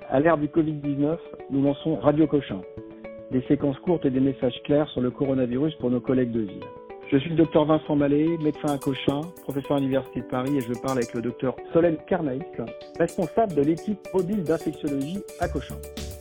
À l'ère du Covid-19, nous lançons Radio Cochin, des séquences courtes et des messages clairs sur le coronavirus pour nos collègues de ville. Je suis le docteur Vincent Mallet, médecin à Cochin, professeur à l'Université de Paris, et je parle avec le docteur Solène Carnaïs, responsable de l'équipe mobile d'infectiologie à Cochin.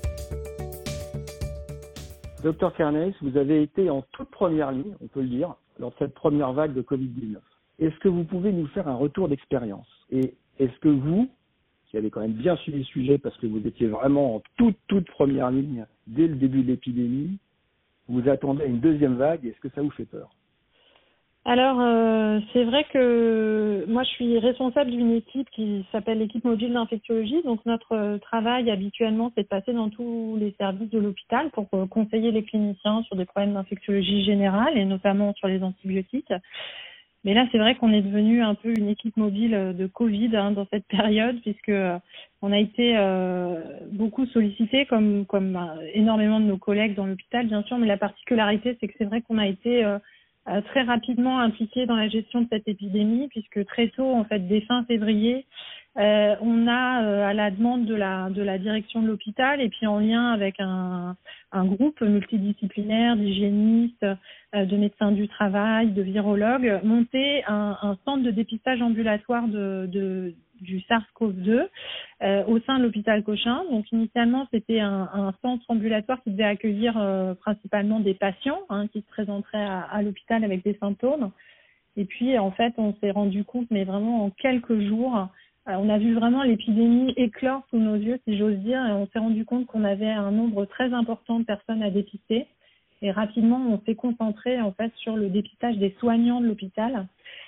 Docteur Carnaïs, vous avez été en toute première ligne, on peut le dire, lors de cette première vague de Covid-19. Est-ce que vous pouvez nous faire un retour d'expérience? Et est-ce que vous, qui avez quand même bien suivi le sujet parce que vous étiez vraiment en toute première ligne dès le début de l'épidémie, vous attendez une deuxième vague, est-ce que ça vous fait peur? Alors, c'est vrai que moi, je suis responsable d'une équipe qui s'appelle l'équipe mobile d'infectiologie. Donc, notre travail habituellement, c'est de passer dans tous les services de l'hôpital pour conseiller les cliniciens sur des problèmes d'infectiologie générale et notamment sur les antibiotiques. Mais là, c'est vrai qu'on est devenu un peu une équipe mobile de Covid dans cette période, puisque on a été beaucoup sollicités comme énormément de nos collègues dans l'hôpital, bien sûr. Mais la particularité, c'est que c'est vrai qu'on a été très rapidement impliqués dans la gestion de cette épidémie, puisque très tôt, en fait, dès fin février, on a, à la demande de la direction de l'hôpital et puis en lien avec un groupe multidisciplinaire d'hygiénistes, de médecins du travail, de virologues, monté un centre de dépistage ambulatoire du SARS-CoV-2 au sein de l'hôpital Cochin. Donc initialement, c'était un centre ambulatoire qui devait accueillir principalement des patients qui se présenteraient à l'hôpital avec des symptômes. Et puis, en fait, on s'est rendu compte, mais vraiment en quelques jours, on a vu vraiment l'épidémie éclore sous nos yeux, si j'ose dire, et on s'est rendu compte qu'on avait un nombre très important de personnes à dépister. Et rapidement, on s'est concentré en fait sur le dépistage des soignants de l'hôpital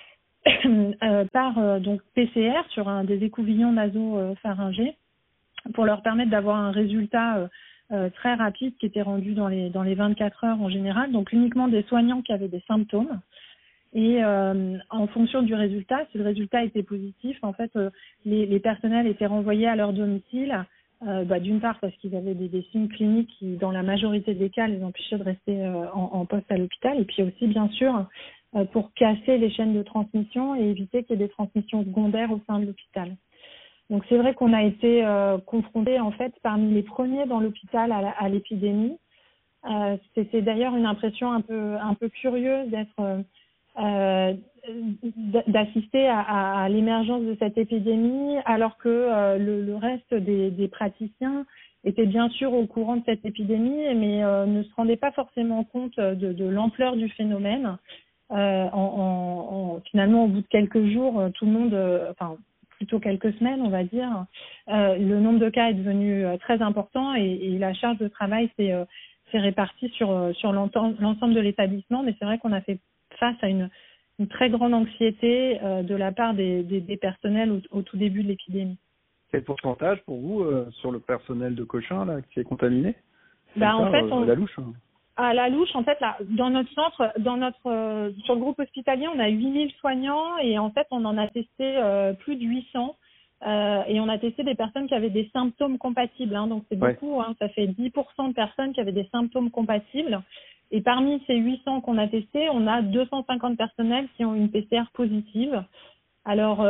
par donc PCR sur des écouvillons nasopharyngés pour leur permettre d'avoir un résultat très rapide qui était rendu dans les 24 heures en général. Donc uniquement des soignants qui avaient des symptômes. Et en fonction du résultat, si le résultat était positif, en fait, les personnels étaient renvoyés à leur domicile, d'une part parce qu'ils avaient des signes cliniques qui, dans la majorité des cas, les empêchaient de rester en poste à l'hôpital, et puis aussi, bien sûr, pour casser les chaînes de transmission et éviter qu'il y ait des transmissions secondaires au sein de l'hôpital. Donc c'est vrai qu'on a été confrontés, en fait, parmi les premiers dans l'hôpital à l'épidémie. C'était d'ailleurs une impression un peu curieuse d'être d'assister à l'émergence de cette épidémie alors que le reste des praticiens étaient bien sûr au courant de cette épidémie mais ne se rendaient pas forcément compte de l'ampleur du phénomène. Finalement, au bout de quelques jours, tout le monde, plutôt quelques semaines, on va dire, le nombre de cas est devenu très important et la charge de travail s'est répartie sur l'ensemble de l'établissement. Mais c'est vrai qu'on a fait face à une très grande anxiété de la part des personnels au tout début de l'épidémie. Quel pourcentage pour vous sur le personnel de Cochin là, qui est contaminé? En fait, à la louche. À la louche, en fait, là, dans notre centre, sur le groupe hospitalier, on a 8000 soignants et en fait, on en a testé plus de 800. Et on a testé des personnes qui avaient des symptômes compatibles. Donc, c'est beaucoup. Ça fait 10% de personnes qui avaient des symptômes compatibles. Et parmi ces 800 qu'on a testés, on a 250 personnels qui ont une PCR positive. Alors,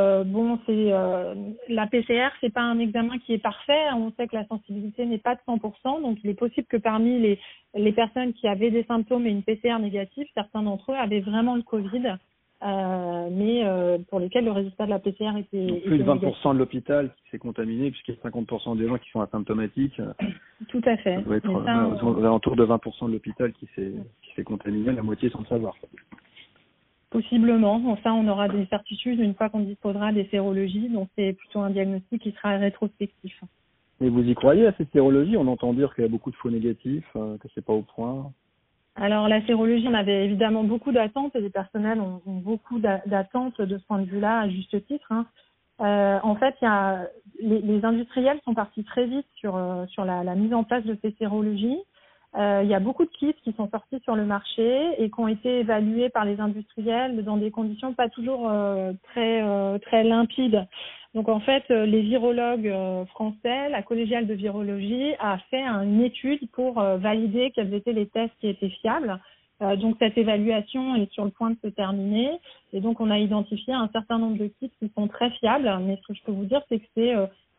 la PCR, c'est pas un examen qui est parfait. On sait que la sensibilité n'est pas de 100%. Donc, il est possible que parmi les personnes qui avaient des symptômes et une PCR négative, certains d'entre eux avaient vraiment le Covid. Mais pour lesquels le résultat de la PCR était plus de 20% négatif. de l'hôpital qui s'est contaminé, puisqu'il y a 50% des gens qui sont asymptomatiques. Tout à fait. Ça doit être aux alentours de 20% de l'hôpital qui s'est contaminé, la moitié sans le savoir. Possiblement. Enfin, on aura des certitudes une fois qu'on disposera des sérologies, donc c'est plutôt un diagnostic qui sera rétrospectif. Et vous y croyez à ces sérologies? On entend dire qu'il y a beaucoup de faux négatifs, que c'est pas au point. Alors, la sérologie, on avait évidemment beaucoup d'attentes et les personnels ont beaucoup d'attentes de ce point de vue-là, à juste titre. En fait, les industriels sont partis très vite sur la mise en place de ces sérologies. Il y a beaucoup de kits qui sont sortis sur le marché et qui ont été évalués par les industriels dans des conditions pas toujours très limpides. Donc en fait, les virologues français, la collégiale de virologie a fait une étude pour valider quels étaient les tests qui étaient fiables. Donc cette évaluation est sur le point de se terminer et donc on a identifié un certain nombre de kits qui sont très fiables. Mais ce que je peux vous dire, c'est que c'est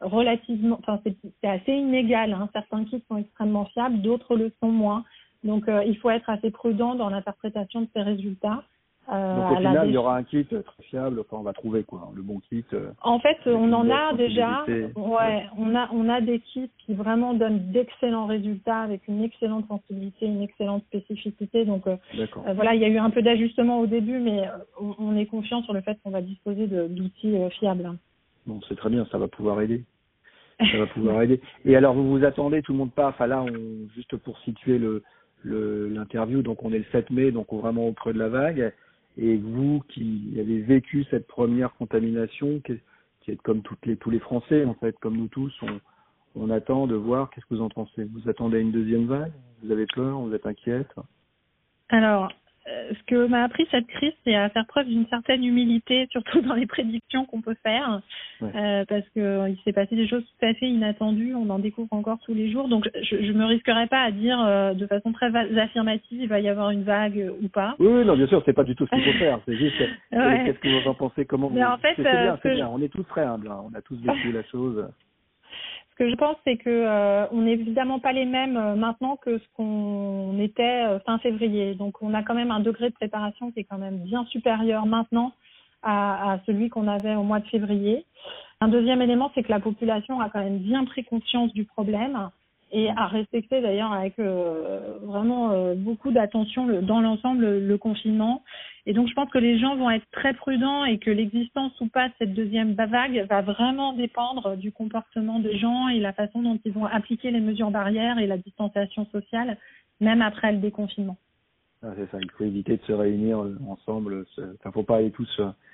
relativement, enfin c'est assez inégal. Hein. Certains kits sont extrêmement fiables, d'autres le sont moins. Donc il faut être assez prudent dans l'interprétation de ces résultats. Donc au final, il y aura un kit très fiable. Enfin, on va trouver le bon kit. En fait, on en a déjà. Ouais, on a des kits qui vraiment donnent d'excellents résultats avec une excellente sensibilité, une excellente spécificité. Donc voilà, il y a eu un peu d'ajustement au début, mais on est confiant sur le fait qu'on va disposer d'outils fiables. Bon, c'est très bien, ça va pouvoir aider. Ça va pouvoir aider. Et alors, vous vous attendez, tout le monde part. Enfin là, juste pour situer l'interview, donc on est le 7 mai, donc vraiment au creux de la vague. Et vous qui avez vécu cette première contamination, qui êtes comme tous les Français, en fait, comme nous tous, on attend de voir. Qu'est-ce que vous en pensez? Vous attendez à une deuxième vague? Vous avez peur? Vous êtes inquiète? Alors, ce que m'a appris cette crise, c'est à faire preuve d'une certaine humilité, surtout dans les prédictions qu'on peut faire, parce que il s'est passé des choses tout à fait inattendues, on en découvre encore tous les jours, donc je me risquerais pas à dire de façon très affirmative il va y avoir une vague ou pas. Oui, non, bien sûr, c'est pas du tout ce qu'il faut faire, c'est juste qu'est-ce que vous en pensez, comment vous... Mais en fait, c'est bien, on est tous très humbles, hein. On a tous vécu la chose. Ce que je pense, c'est que on n'est évidemment pas les mêmes maintenant que ce qu'on était fin février. Donc, on a quand même un degré de préparation qui est quand même bien supérieur maintenant à celui qu'on avait au mois de février. Un deuxième élément, c'est que la population a quand même bien pris conscience du problème et a respecté d'ailleurs avec vraiment beaucoup d'attention dans l'ensemble le confinement. Et donc, je pense que les gens vont être très prudents et que l'existence ou pas de cette deuxième vague va vraiment dépendre du comportement des gens et la façon dont ils vont appliquer les mesures barrières et la distanciation sociale, même après le déconfinement. Ah, c'est ça, il faut éviter de se réunir ensemble. Il ne faut pas aller tous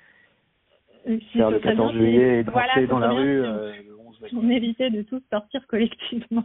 faire le 14 juillet et danser dans la rue le 11 mai. On évitait de tous sortir collectivement.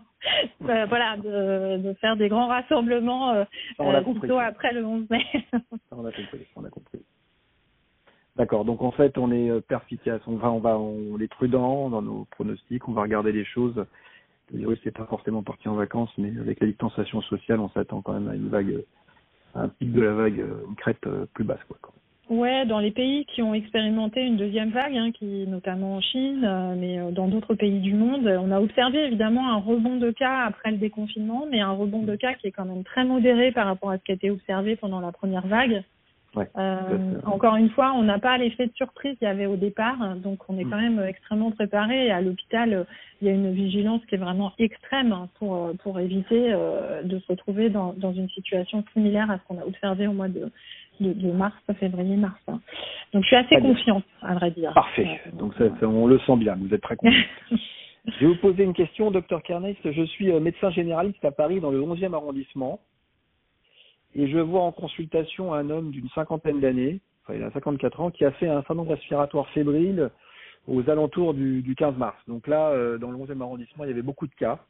De faire des grands rassemblements plutôt après le 11 mai. On a compris. D'accord, donc en fait on est perspicace, on est prudent dans nos pronostics, on va regarder les choses. Le virus n'est pas forcément parti en vacances, mais avec la distanciation sociale, on s'attend quand même à une vague, à un pic de la vague, une crête plus basse, quoi. Ouais, dans les pays qui ont expérimenté une deuxième vague, qui notamment en Chine, mais dans d'autres pays du monde, on a observé évidemment un rebond de cas après le déconfinement, mais un rebond de cas qui est quand même très modéré par rapport à ce qui a été observé pendant la première vague. Ouais, encore une fois, on n'a pas l'effet de surprise qu'il y avait au départ, donc on est quand même extrêmement préparé. Et à l'hôpital, il y a une vigilance qui est vraiment extrême pour éviter de se retrouver dans une situation similaire à ce qu'on a observé au mois de mars, février-mars. Donc je suis assez confiante, à vrai dire. Parfait. Donc ça, on le sent bien, vous êtes très confiante. Je vais vous poser une question, Dr Kernes. Je suis médecin généraliste à Paris dans le 11e arrondissement. Et je vois en consultation un homme d'une cinquantaine d'années, il a 54 ans, qui a fait un syndrome respiratoire fébrile aux alentours du 15 mars. Donc là, dans le 11e arrondissement, il y avait beaucoup de cas,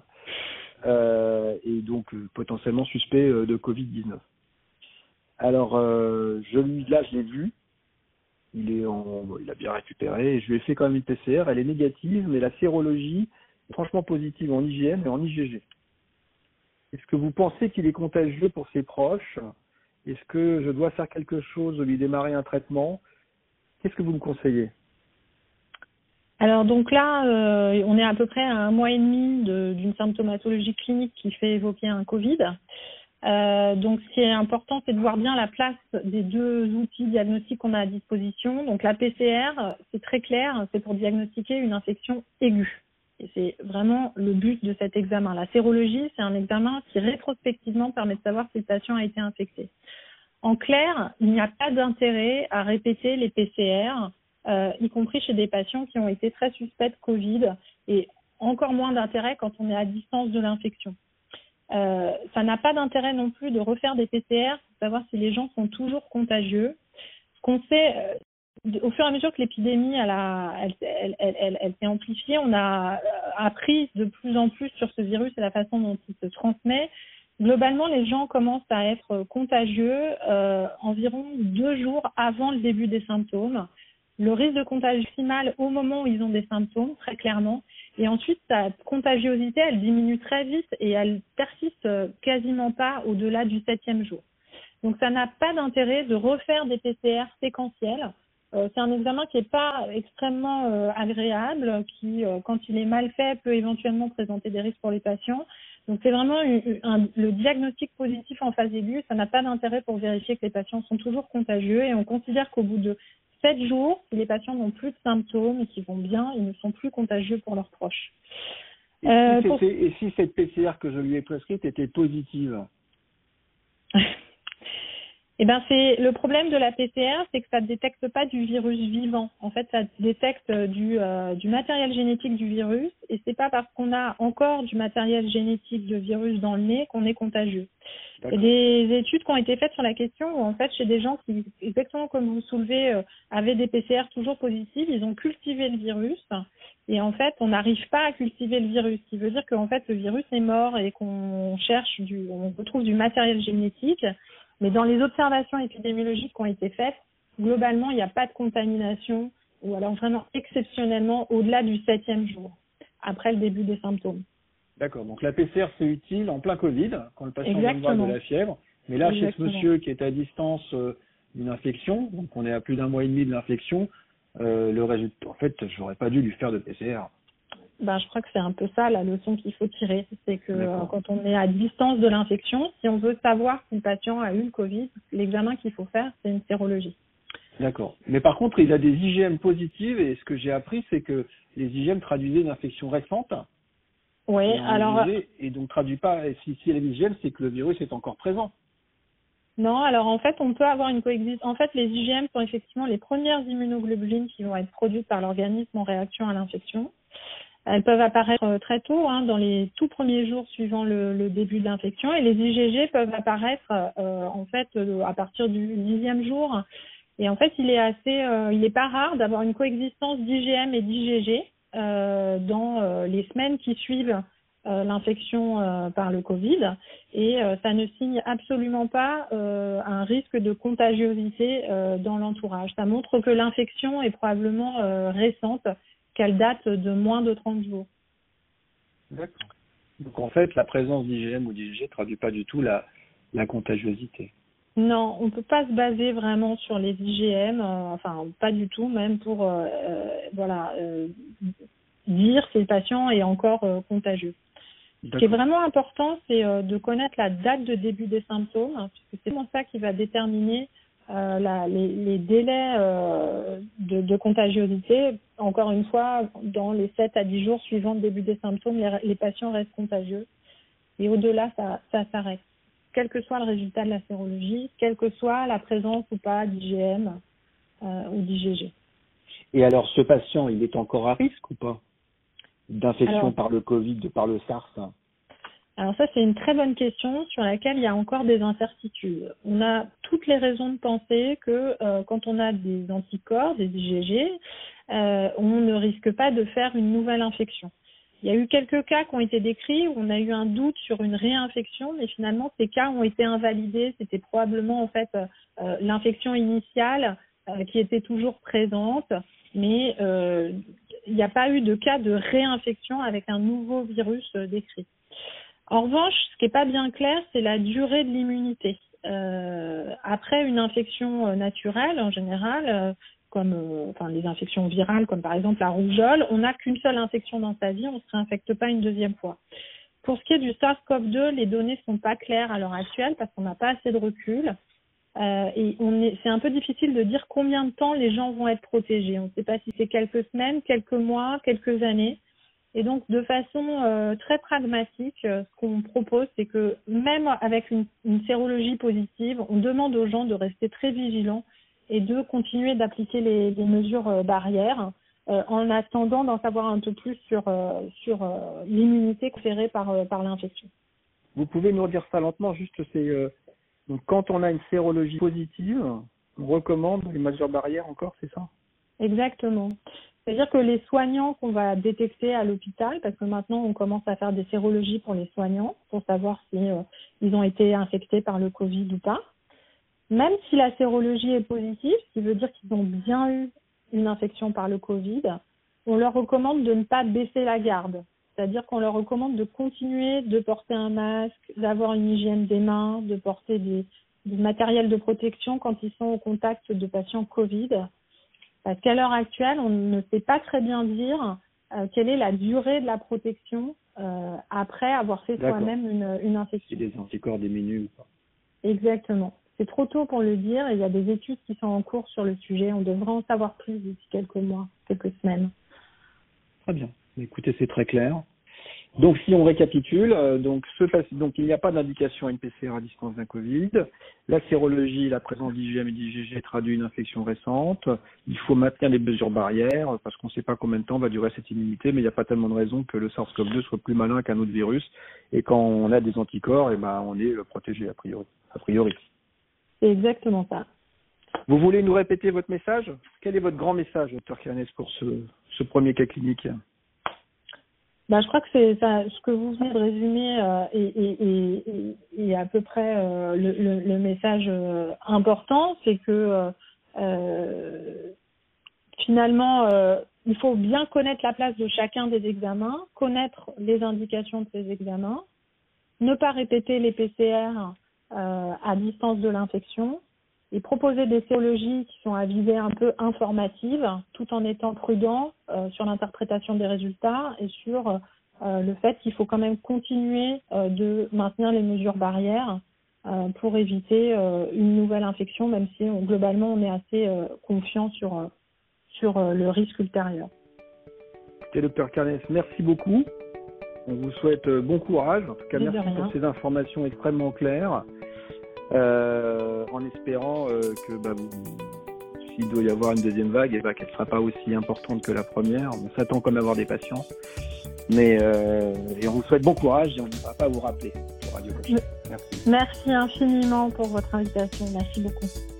et donc potentiellement suspect de Covid-19. Alors, je l'ai vu, il a bien récupéré, et je lui ai fait quand même une PCR, elle est négative, mais la sérologie est franchement positive en IgM et en IgG. Est-ce que vous pensez qu'il est contagieux pour ses proches? Est-ce que je dois faire quelque chose, lui démarrer un traitement? Qu'est-ce que vous me conseillez? Alors donc là, on est à peu près à 1 mois et demi d'une symptomatologie clinique qui fait évoquer un Covid. Donc ce qui est important, c'est de voir bien la place des deux outils diagnostiques qu'on a à disposition. Donc la PCR, c'est très clair, c'est pour diagnostiquer une infection aiguë. Et c'est vraiment le but de cet examen. La sérologie, c'est un examen qui rétrospectivement permet de savoir si le patient a été infecté. En clair, il n'y a pas d'intérêt à répéter les PCR, y compris chez des patients qui ont été très suspects de Covid, et encore moins d'intérêt quand on est à distance de l'infection. Ça n'a pas d'intérêt non plus de refaire des PCR pour savoir si les gens sont toujours contagieux. Ce qu'on sait, au fur et à mesure que l'épidémie elle s'est amplifiée, on a appris de plus en plus sur ce virus et la façon dont il se transmet. Globalement, les gens commencent à être contagieux environ 2 jours avant le début des symptômes. Le risque de contagion maximal au moment où ils ont des symptômes, très clairement. Et ensuite, sa contagiosité, elle diminue très vite et elle persiste quasiment pas au-delà du 7e jour. Donc, ça n'a pas d'intérêt de refaire des PCR séquentiels c'est un examen qui n'est pas extrêmement agréable, qui, quand il est mal fait, peut éventuellement présenter des risques pour les patients. Donc c'est vraiment le diagnostic positif en phase aiguë, ça n'a pas d'intérêt pour vérifier que les patients sont toujours contagieux, et on considère qu'au bout de 7 jours, si les patients n'ont plus de symptômes et qu'ils vont bien, ils ne sont plus contagieux pour leurs proches. Et si cette PCR que je lui ai prescrite était positive? Eh ben, c'est le problème de la PCR, c'est que ça ne détecte pas du virus vivant. En fait, ça détecte du matériel génétique du virus, et c'est pas parce qu'on a encore du matériel génétique de virus dans le nez qu'on est contagieux. Il y a des études qui ont été faites sur la question où, en fait, chez des gens qui, exactement comme vous soulevez, avaient des PCR toujours positives, ils ont cultivé le virus, et en fait, on n'arrive pas à cultiver le virus. Ce qui veut dire qu'en fait, le virus est mort et qu'on on retrouve du matériel génétique. Mais dans les observations épidémiologiques qui ont été faites, globalement, il n'y a pas de contamination, ou alors vraiment exceptionnellement au-delà du 7e jour, après le début des symptômes. D'accord, donc la PCR c'est utile en plein Covid, quand le patient Exactement. vient de la fièvre. Mais là, Exactement. chez ce monsieur qui est à distance d'une infection, donc on est à plus d'un mois et demi de l'infection, le résultat, en fait, j'aurais pas dû lui faire de PCR. Ben, je crois que c'est un peu ça la leçon qu'il faut tirer. C'est que quand on est à distance de l'infection, si on veut savoir si le patient a eu le Covid, l'examen qu'il faut faire, c'est une sérologie. D'accord. Mais par contre, il a des IgM positives, et ce que j'ai appris, c'est que les IgM traduisaient une infection récente. Oui, alors... Et donc traduit pas, si il y a les IgM, c'est que le virus est encore présent. Non, alors en fait, on peut avoir une coexistence. En fait, les IgM sont effectivement les premières immunoglobulines qui vont être produites par l'organisme en réaction à l'infection. Elles peuvent apparaître très tôt, dans les tout premiers jours suivant le début de l'infection, et les IgG peuvent apparaître en fait à partir du 10e jour. Et en fait, il est pas rare d'avoir une coexistence d'IgM et d'IgG dans les semaines qui suivent l'infection par le Covid, et ça ne signe absolument pas un risque de contagiosité dans l'entourage. Ça montre que l'infection est probablement récente, qu'elle date de moins de 30 jours. D'accord. Donc en fait, la présence d'IgM ou d'IgG ne traduit pas du tout la contagiosité. Non, on ne peut pas se baser vraiment sur les IgM, enfin pas du tout, même pour dire si le patient est encore contagieux. Ce qui est vraiment important, c'est de connaître la date de début des symptômes, puisque c'est vraiment ça qui va déterminer les délais de contagiosité. Encore une fois, dans les 7 à 10 jours suivant le début des symptômes, les patients restent contagieux. Et au-delà, ça s'arrête. Quel que soit le résultat de la sérologie, quelle que soit la présence ou pas d'IgM ou d'IgG. Et alors, ce patient, il est encore à risque ou pas d'infection par le Covid, par le SARS? Alors ça, c'est une très bonne question sur laquelle il y a encore des incertitudes. On a toutes les raisons de penser que quand on a des anticorps, des IgG, on ne risque pas de faire une nouvelle infection. Il y a eu quelques cas qui ont été décrits où on a eu un doute sur une réinfection, mais finalement, ces cas ont été invalidés. C'était probablement en fait l'infection initiale qui était toujours présente, mais il n'y a pas eu de cas de réinfection avec un nouveau virus décrit. En revanche, ce qui n'est pas bien clair, c'est la durée de l'immunité. Après une infection naturelle, en général, comme les infections virales, comme par exemple la rougeole, on n'a qu'une seule infection dans sa vie, on ne se réinfecte pas une deuxième fois. Pour ce qui est du SARS-CoV-2, les données ne sont pas claires à l'heure actuelle parce qu'on n'a pas assez de recul. Et c'est un peu difficile de dire combien de temps les gens vont être protégés. On ne sait pas si c'est quelques semaines, quelques mois, quelques années. Et donc, de façon très pragmatique, ce qu'on propose, c'est que même avec une sérologie positive, on demande aux gens de rester très vigilants et de continuer d'appliquer les mesures barrières en attendant d'en savoir un peu plus sur l'immunité conférée par l'infection. Vous pouvez nous redire ça lentement, juste donc quand on a une sérologie positive, on recommande les mesures barrières encore, c'est ça? Exactement. C'est-à-dire que les soignants qu'on va détecter à l'hôpital, parce que maintenant on commence à faire des sérologies pour les soignants, pour savoir si ils ont été infectés par le Covid ou pas, même si la sérologie est positive, ce qui veut dire qu'ils ont bien eu une infection par le Covid, on leur recommande de ne pas baisser la garde. C'est-à-dire qu'on leur recommande de continuer de porter un masque, d'avoir une hygiène des mains, de porter du matériel de protection quand ils sont au contact de patients Covid. Parce qu'à l'heure actuelle, on ne sait pas très bien dire quelle est la durée de la protection après avoir fait soi-même une infection. Si des anticorps diminuent ou pas. Exactement. C'est trop tôt pour le dire. Il y a des études qui sont en cours sur le sujet. On devrait en savoir plus d'ici quelques mois, quelques semaines. Très bien. Écoutez, c'est très clair. Donc, si on récapitule, donc il n'y a pas d'indication à une PCR à distance d'un Covid. La sérologie, la présence d'IgM et d'IgG traduit une infection récente. Il faut maintenir les mesures barrières parce qu'on ne sait pas combien de temps va durer cette immunité, mais il n'y a pas tellement de raisons que le SARS-CoV-2 soit plus malin qu'un autre virus. Et quand on a des anticorps, on est protégé a priori. C'est exactement ça. Vous voulez nous répéter votre message? Quel est votre grand message, Dr. Cairnes, pour ce premier cas clinique? Je crois que c'est ça, ce que vous venez de résumer est à peu près le message important, c'est que finalement il faut bien connaître la place de chacun des examens, connaître les indications de ces examens, ne pas répéter les PCR à distance de l'infection et proposer des sérologies qui sont à visée un peu informative, tout en étant prudent sur l'interprétation des résultats et sur le fait qu'il faut quand même continuer de maintenir les mesures barrières pour éviter une nouvelle infection, même si globalement on est assez confiant sur le risque ultérieur. Dr. Cairnes, merci beaucoup. On vous souhaite bon courage. En tout cas, merci pour ces informations extrêmement claires. En espérant que s'il doit y avoir une deuxième vague, qu'elle ne sera pas aussi importante que la première. On s'attend quand même à avoir des patients. Mais et on vous souhaite bon courage et on n'hésitera pas à vous rappeler sur Radio Coach. Merci. Merci infiniment pour votre invitation. Merci beaucoup.